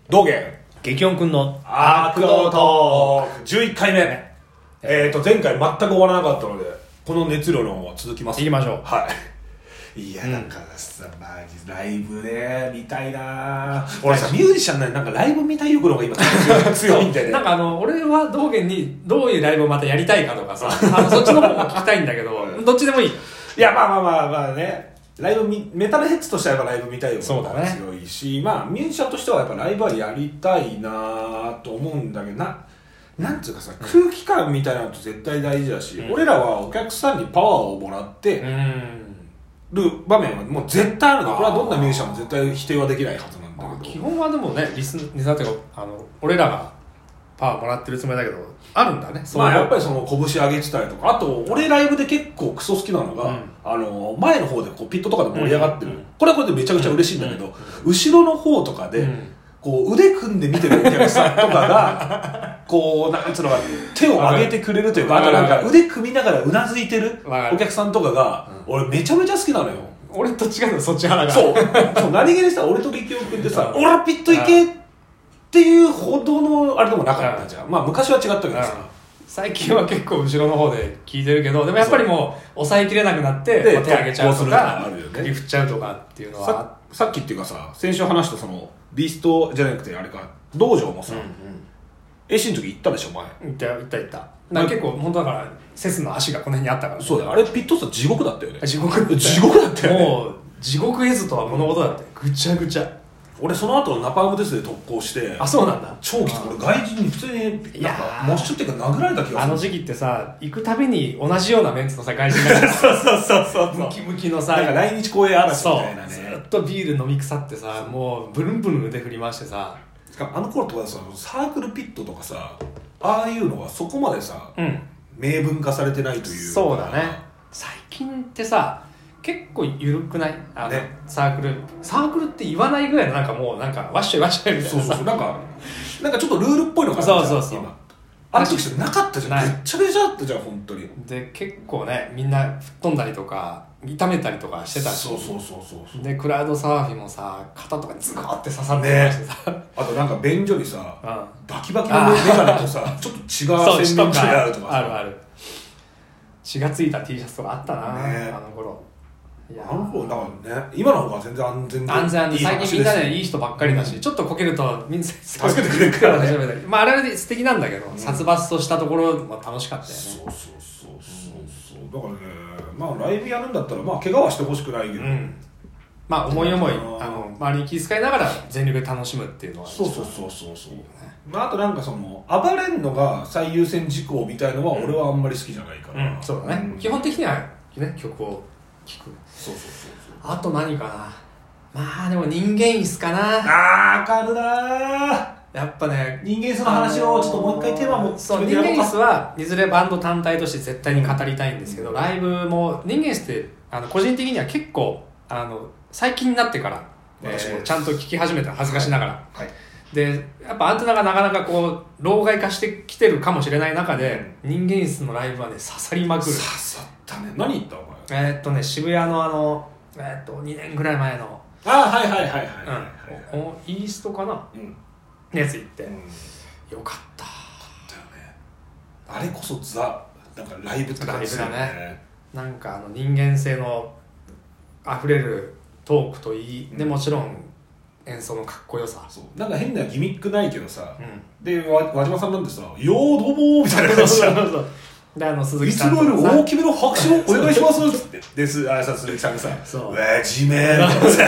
道元激音くんのアクドトーク11回目、前回全く終わらなかったのでこの熱量のまま続きます。 行きましょう。 いや、なんかさ、マジライブね見たいな。俺さ、ミュージシャンなんかライブ見たい欲の方が今強いんでね。 なんか俺は道元にどういうライブをまたやりたいかとかさそっちの方も聞きたいんだけどどっちでもいい。 いや、まあね、ライブメタルヘッズとしてはやっぱライブ見たい欲の方が強いし、まあミュージシャンとしてはやっぱライブはやりたいなと思うんだけどなんつうかさ、空気感みたいなのと絶対大事だし、俺らはお客さんにパワーをもらってる場面はもう絶対あるの。これはどんなミュージシャンも絶対否定はできないはずなんだけど、 基本はでもねリスナーというか俺らがパワーもらってるつもりだけどあるんだね。 まあやっぱりその拳上げてたりとか、あと俺ライブで結構クソ好きなのが、前の方でこうピットとかで盛り上がってる、これはこれでめちゃくちゃ嬉しいんだけど、後ろの方とかで、こう腕組んで見てるお客さんとかがこうなんつうのか手を上げてくれるというか、あとなんか腕組みながらうなずいてるお客さんとかが、俺めちゃめちゃ好きなのよ。 俺と違うのそっち派だからそう何気にしたら俺と激雄君ってさ、俺はピットいけっていうほどのあれでもなかったじゃん。まあ昔は違ったけどさ、 最近は結構後ろの方で聞いてるけど、でもやっぱりもう抑えきれなくなって手上げちゃうとか首振っちゃうとかっていうのはさっきっていうかさ、先週話したそのビーストじゃなくてあれか道場もさ、AC の時行ったでしょ前。 行った結構本当だからセスの足がこの辺にあったから、ね、 そうだよ。あれピットスター地獄だったよね。 地獄だったよね。もう地獄絵図とはこのことだってぐちゃぐちゃ。 俺その後ナパームデスで特攻して、 あ、そうなんだ。 超きつい。俺外人に普通になんかモッシュっていうか殴られた気がする。 あの時期ってさ、行くたびに同じようなメンツのさ外人がそうムキムキのさ、 なんか来日公演嵐みたいなね。 ずっとビール飲み腐ってさ、もうブルンブルン腕振り回してさ、 あの頃とかさ、サークルピットとかさ、ああいうのはそこまでさ、明文化されてないという。 そうだね。最近ってさ結構緩くない？サークルって言わないぐらいのなんかもうなんかワッショイワッショイみたいな。 そうなんかちょっとルールっぽいのがあるじゃん。そう今あの時ってなかったじゃん。めっちゃめちゃあったじゃん本当に。 で結構ねみんな吹っ飛んだりとか痛めたりとかしてたし。そうでクラウドサーフィンもさ肩とかにズコーって刺さってましてさ、あとなんか便所にさ、バキバキのメガネとさちょっと血が洗面所にあるとかさ、 ある血がついた T シャツとかあったな、あの頃。 あの頃だからね、今の方が全然安全で最近みんなねいい人ばっかりだし、ちょっとこけるとみんな助けてくれるからね。 まああれは素敵なんだけど、殺伐としたところも楽しかったよね。 そうだからね、まあライブやるんだったらまあ怪我はしてほしくないけど、 まあ思い思い周りに気遣いながら全力で楽しむっていうのはそう、まああとなんかその暴れんのが最優先事項みたいのは俺はあんまり好きじゃないから、 そうだね、基本的にはね曲を聴く。そうあと何かな。まあでも人間椅子かな。 わかるな。 やっぱね人間椅子の話をちょっともう一回テーマもそう、人間椅子はいずれバンド単体として絶対に語りたいんですけど、ライブも人間椅子って個人的には結構最近になってから、ちゃんと聴き始めた、恥ずかしながら、でやっぱアンテナがなかなかこう老害化してきてるかもしれない中で、人間椅子のライブはね刺さりまくる。 刺さったね。何言ったお前。 渋谷の2年ぐらい前のイーストかな、やつ行って、よかったよね。あれこそなんかライブって感じだよね。 なんか人間性の溢れるトークといい、でもちろん演奏のかっこよさ、 なんか変なギミックないけどさ、で和島さんなんてさ「よーどうも」みたいな感じで鈴木さんいつもより大きめの拍手をお願いしますって鈴木さんがさ「うわ地面」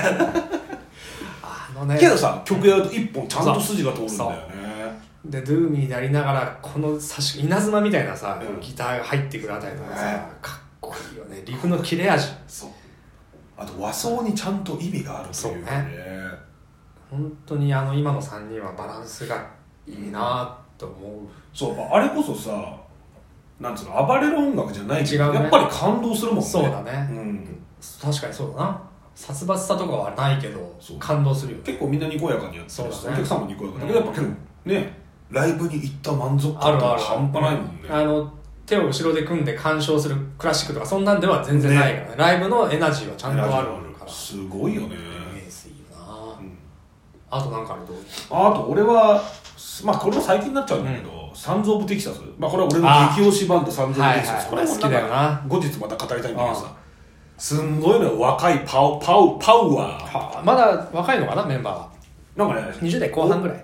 けどさ曲やると一本ちゃんと筋が通るんだよね。 でドゥーミーでありながらこの稲妻みたいなさ、ギターが入ってくるあたりとかさ、かっこいいよね。リフの切れ味。 あと和装にちゃんと意味があるというかね。 本当に今の3人はバランスがいいなと思う。 そうあれこそさ、なんつうの、暴れる音楽じゃないけど、やっぱり感動するもんね。 そうだね、確かにそうだな。殺伐さとかはないけど感動するよ。 結構みんなにこやかにやってるし、お客さんもにこやかだけど、やっぱねライブに行った満足感が半端ないもんね。 手を後ろで組んで鑑賞するクラシックとかそんなんでは全然ないからね。ライブのエナジーはちゃんとあるからすごいよね。 あとなんかあるとあと俺はまあこれも最近になっちゃうんだけど、サンズ・オブ・テキサス、まあこれは俺の激推しバンドサンズ・オブ・テキサス、これも好きだよな。 後日また語りたいんだけどさ、すんごいの若いパワー、 まだ若いのかなメンバーは。 なんかね 20代後半ぐらい、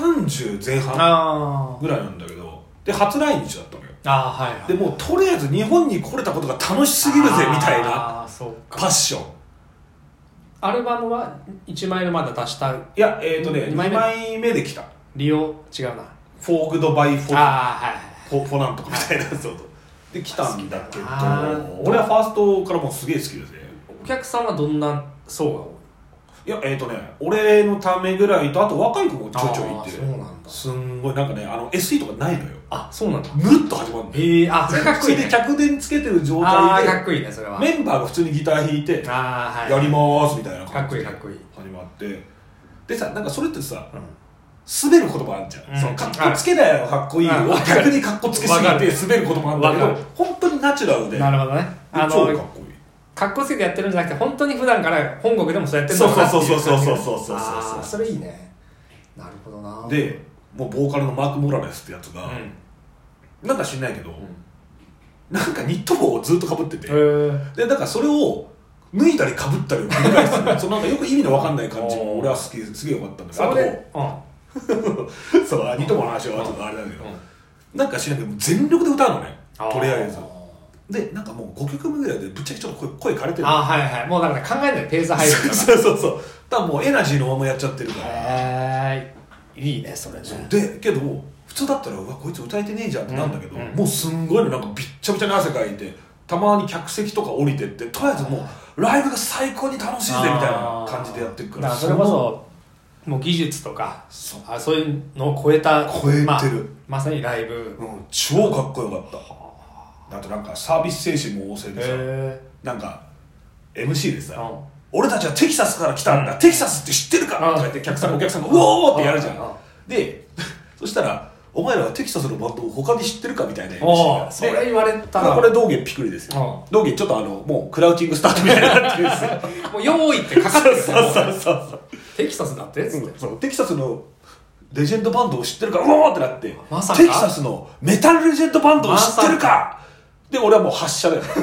30前半ぐらいなんだけど、で初来日だったのよ。 はいはい。 でもうとりあえず日本に来れたことが楽しすぎるぜみたいなパッション。 アルバムは1枚目まだ出した。 いや2枚目で来た。 リオ違うな、 フォーグドバイフォはいフォなんとかみたいなやつで来たんだけど、俺はファーストからもうすげえ好きですね。 お客さんはどんな層が多い？ いや俺のためぐらいと、あと若い子もちょいちょいいて、 そうなんだ。 すんごいなんかねSE とかないのよ。 そうなんだ。 ぬるっと始まるの。 それかっこいいね。 普通に客電つけてる状態でかっこいいねそれは。 メンバーが普通にギター弾いてやりまーすみたいな感じで始まって、でさ、なんかそれってさ、滑ることもあるじゃん、そのかっこつけないのかっこいいを逆にかっこつけすぎて滑ることもあるんだけど、本当にナチュラルで、 なるほどね、 超かっこいい。 かっこつけてやってるんじゃなくて、本当に普段から本国でもそうやってるんだなっていう。そうそれいいね。なるほどな。 でもうボーカルのマーク・モラレスってやつが、なんか知んないけど、なんかニット帽をずっと被ってて、でだからそれを脱いだり被ったりを繰り返すそのなんかよく意味の分かんない感じも俺は好き、すげえよかったんだけど、あとそうニット帽の話はちょっとあれだけど、なんか知らんけど全力で歌うのね、とりあえず。でなんかもう5曲目ぐらいでぶっちゃけちょっと声枯れてる。 もうなんか考えないでペース入るからそうだからもうエナジーのままやっちゃってるから。 いいねそれね。 でけど普通だったらうわこいつ歌えてねえじゃんってなんだけど、もうすんごいのなんかびっちゃびちゃに汗かいて、たまに客席とか降りてって、とりあえずもうライブが最高に楽しいぜみたいな感じでやってるから、 それこそもう技術とかそういうのを超えてる、まさにライブ、 超かっこよかった。あとなんかサービス精神も旺盛でさ、なんか MC でさ、俺たちはテキサスから来たんだ、テキサスって知ってるかとか言ってお客さんがうおーってやるじゃん。でそしたらお前らはテキサスのバンドを他に知ってるかみたいな MC が、 それ言われたらこれ道元ピクリですよ。道元ちょっともうクラウチングスタートみたいになってるんですよもう用意ってかかってるそうテキサスだってつって、 テキサスのレジェンドバンドを知ってるか、うおーってなって、テキサスのメタルレジェンドバンドを知ってるか、で俺はもう発射だよ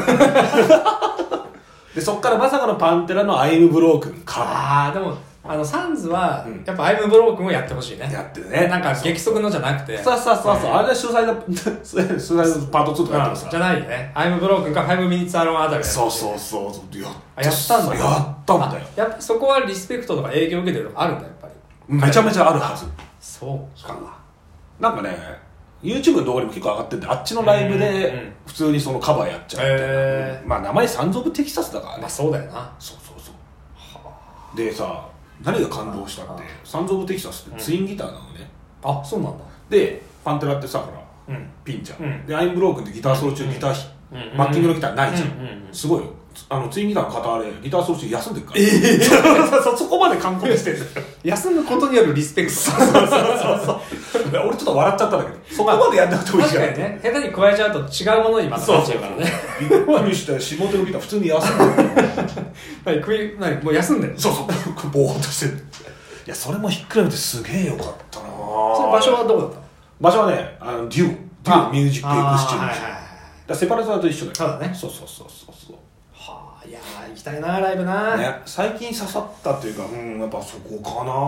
でそっからまさかのパンテラのアイムブロークンか。 でもサンズはやっぱアイムブロークンをやってほしいね。 やってるね。 なんか激速のじゃなくて、 そうあれは主催のパート2とかやってますから、 じゃないよね。アイムブロークンか5ミニッツアロンあたりで、 そうやったんだ。 やったんだよ。 やっぱそこはリスペクトとか影響を受けてるのがあるんだやっぱり。 めちゃめちゃあるはず。 そうか。 なんかね YouTube の動画にも結構上がってて、あっちのライブで普通にそのカバーやっちゃうみたいな。まあ名前サンズ・オブ・テキサスだからね。 まあそうだよな。 そうでさ、何が感動したって、サンズ・オブ・テキサスってツインギターなのね。 そうなんだ。 でパンテラってさ、ほらピンじゃん。でアイムブロークンってギターソロ中ギターマッキングのギターないじゃん。すごいよ。ツインギターの方あれギターソロ中休んでるからそこまで完コピしてる休むことによるリスペクト。 そう俺ちょっと笑っちゃったんだけど、そこまでやんなくてもいいじゃん。 確かにね、下手に加えちゃうと違うものにまたなっちゃうからね。 びっくりして下手のギター普通に休んでるもう休んでる。 そうボーっとしてる。いやそれもひっくらめてすげえよかったな。 それ場所はどこだったの？ 場所はねデュオミュージックエクスチェンジだ、セパレーターと一緒だよ。 そうだね。 そういや行きたいなライブな、 ね、最近刺さったっていうか、やっぱそこかな。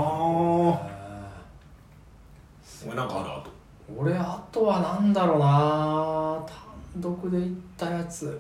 お前なんかある？あと俺あとはなんだろうな、単独で行ったやつ、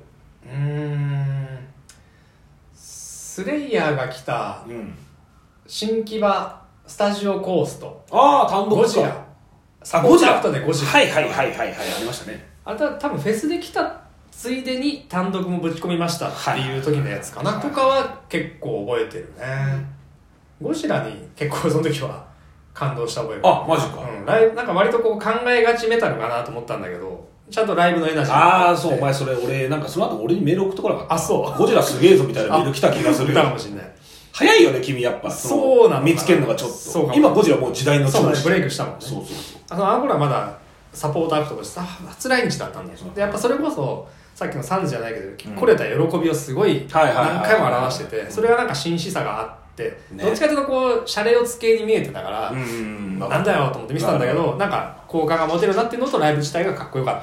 スレイヤーが来た新木場スタジオコースト、 単独か、 ゴジラサポートアクトでゴジラ、 はいありましたね。 あとは多分フェスで来たついでに単独もぶち込みましたっていう時のやつかな、とかは結構覚えてるね。ゴジラに結構その時は感動した覚えが。 マジか。 ライブなんか割とこう考えがちメタルかなと思ったんだけど、ちゃんとライブのエナジーそう、お前それ俺なんかその後俺にメール送ってこなかった？ そうゴジラすげえぞみたいなメール来た気がするよ。 かもしれない。 早いよね君やっぱ。 そうなの。 見つけるのがちょっと。今ゴジラもう時代のそうブレイクしたもんね。 そうあの頃はまだサポートアクトとして初来日だったんだよ。でやっぱそれこそさっきのサンズじゃないけど、来れた喜びをすごい何回も表してて、それがなんか真摯さがあって、 、どっちかというとこうシャレオツ系に見えてたから、なんだよと思って見てたんだけど、なんか好感が持てるなっていうのとライブ自体がかっこよかった。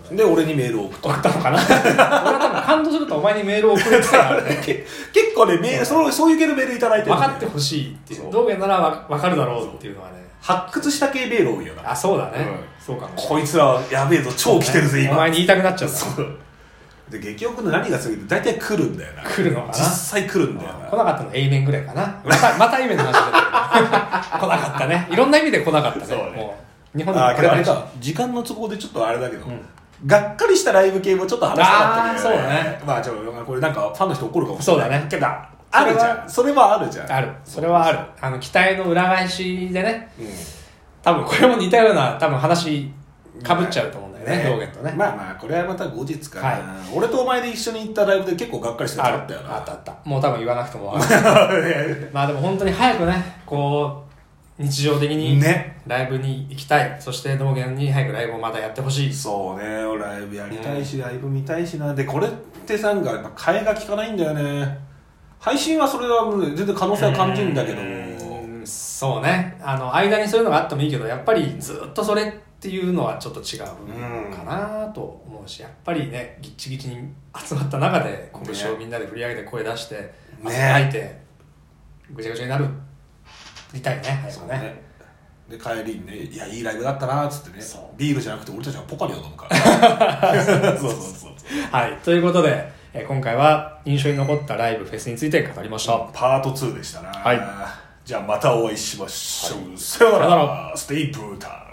で俺にメールを送ったのかな俺は多分感動するとお前にメールを送るってあるね結構ねメールそういう系のメールいただいてる、 分かってほしいっていう、道元なら分かるだろうっていうのはね、 発掘した系メール多いよな。 あ、そうだね、そうかも。 こいつらやべえぞ、超来てるぜ今、 お前に言いたくなっちゃった。 そうで激おくの何がすぎて大体来るんだよな。 来るのかな、 実際来るんだよな。 来なかったの A 面ぐらいかな。また A 面の話だったけど来なかったね、いろんな意味で来なかったね。 そうね、 もう日本でこれあれか、時間の都合でちょっとあれだけど、がっかりしたライブ系もちょっと話したかったけど、 そうだね。 まあこれなんかファンの人怒るかもしれない。 そうだね。 けどあるじゃん。それはあるじゃん。 ある。それはある。期待の裏返しでね、多分これも似たような多分話かぶっちゃうと思うんだよね、道元とね。 まあまあこれはまた後日かな、俺とお前で一緒に行ったライブで結構がっかりしてたあったよな。 あった。もう多分言わなくてもまあでも本当に早くね、こう日常的にライブに行きたい、そして道元に早くライブをまたやってほしい。 そうね、ライブやりたいし、ライブ見たいしな。でこれってさ、やっぱ替えが利かないんだよね。配信はそれは全然可能性は感じるんだけど、 そうね、間にそういうのがあってもいいけど、やっぱりずっとそれっていうのはちょっと違うかなと思うし、やっぱりね、ギッチギチに集まった中で拳をみんなで振り上げて声出して吐いてぐちゃぐちゃになるみたいね、早くね。 で帰りにね、いやいいライブだったなっつってね、ビールじゃなくて俺たちはポカリを飲むからそうはい、ということで今回は印象に残ったライブフェスについて語りました。 パート2でしたな。 はい、 じゃあまたお会いしましょう。さよなら。ステイブーター。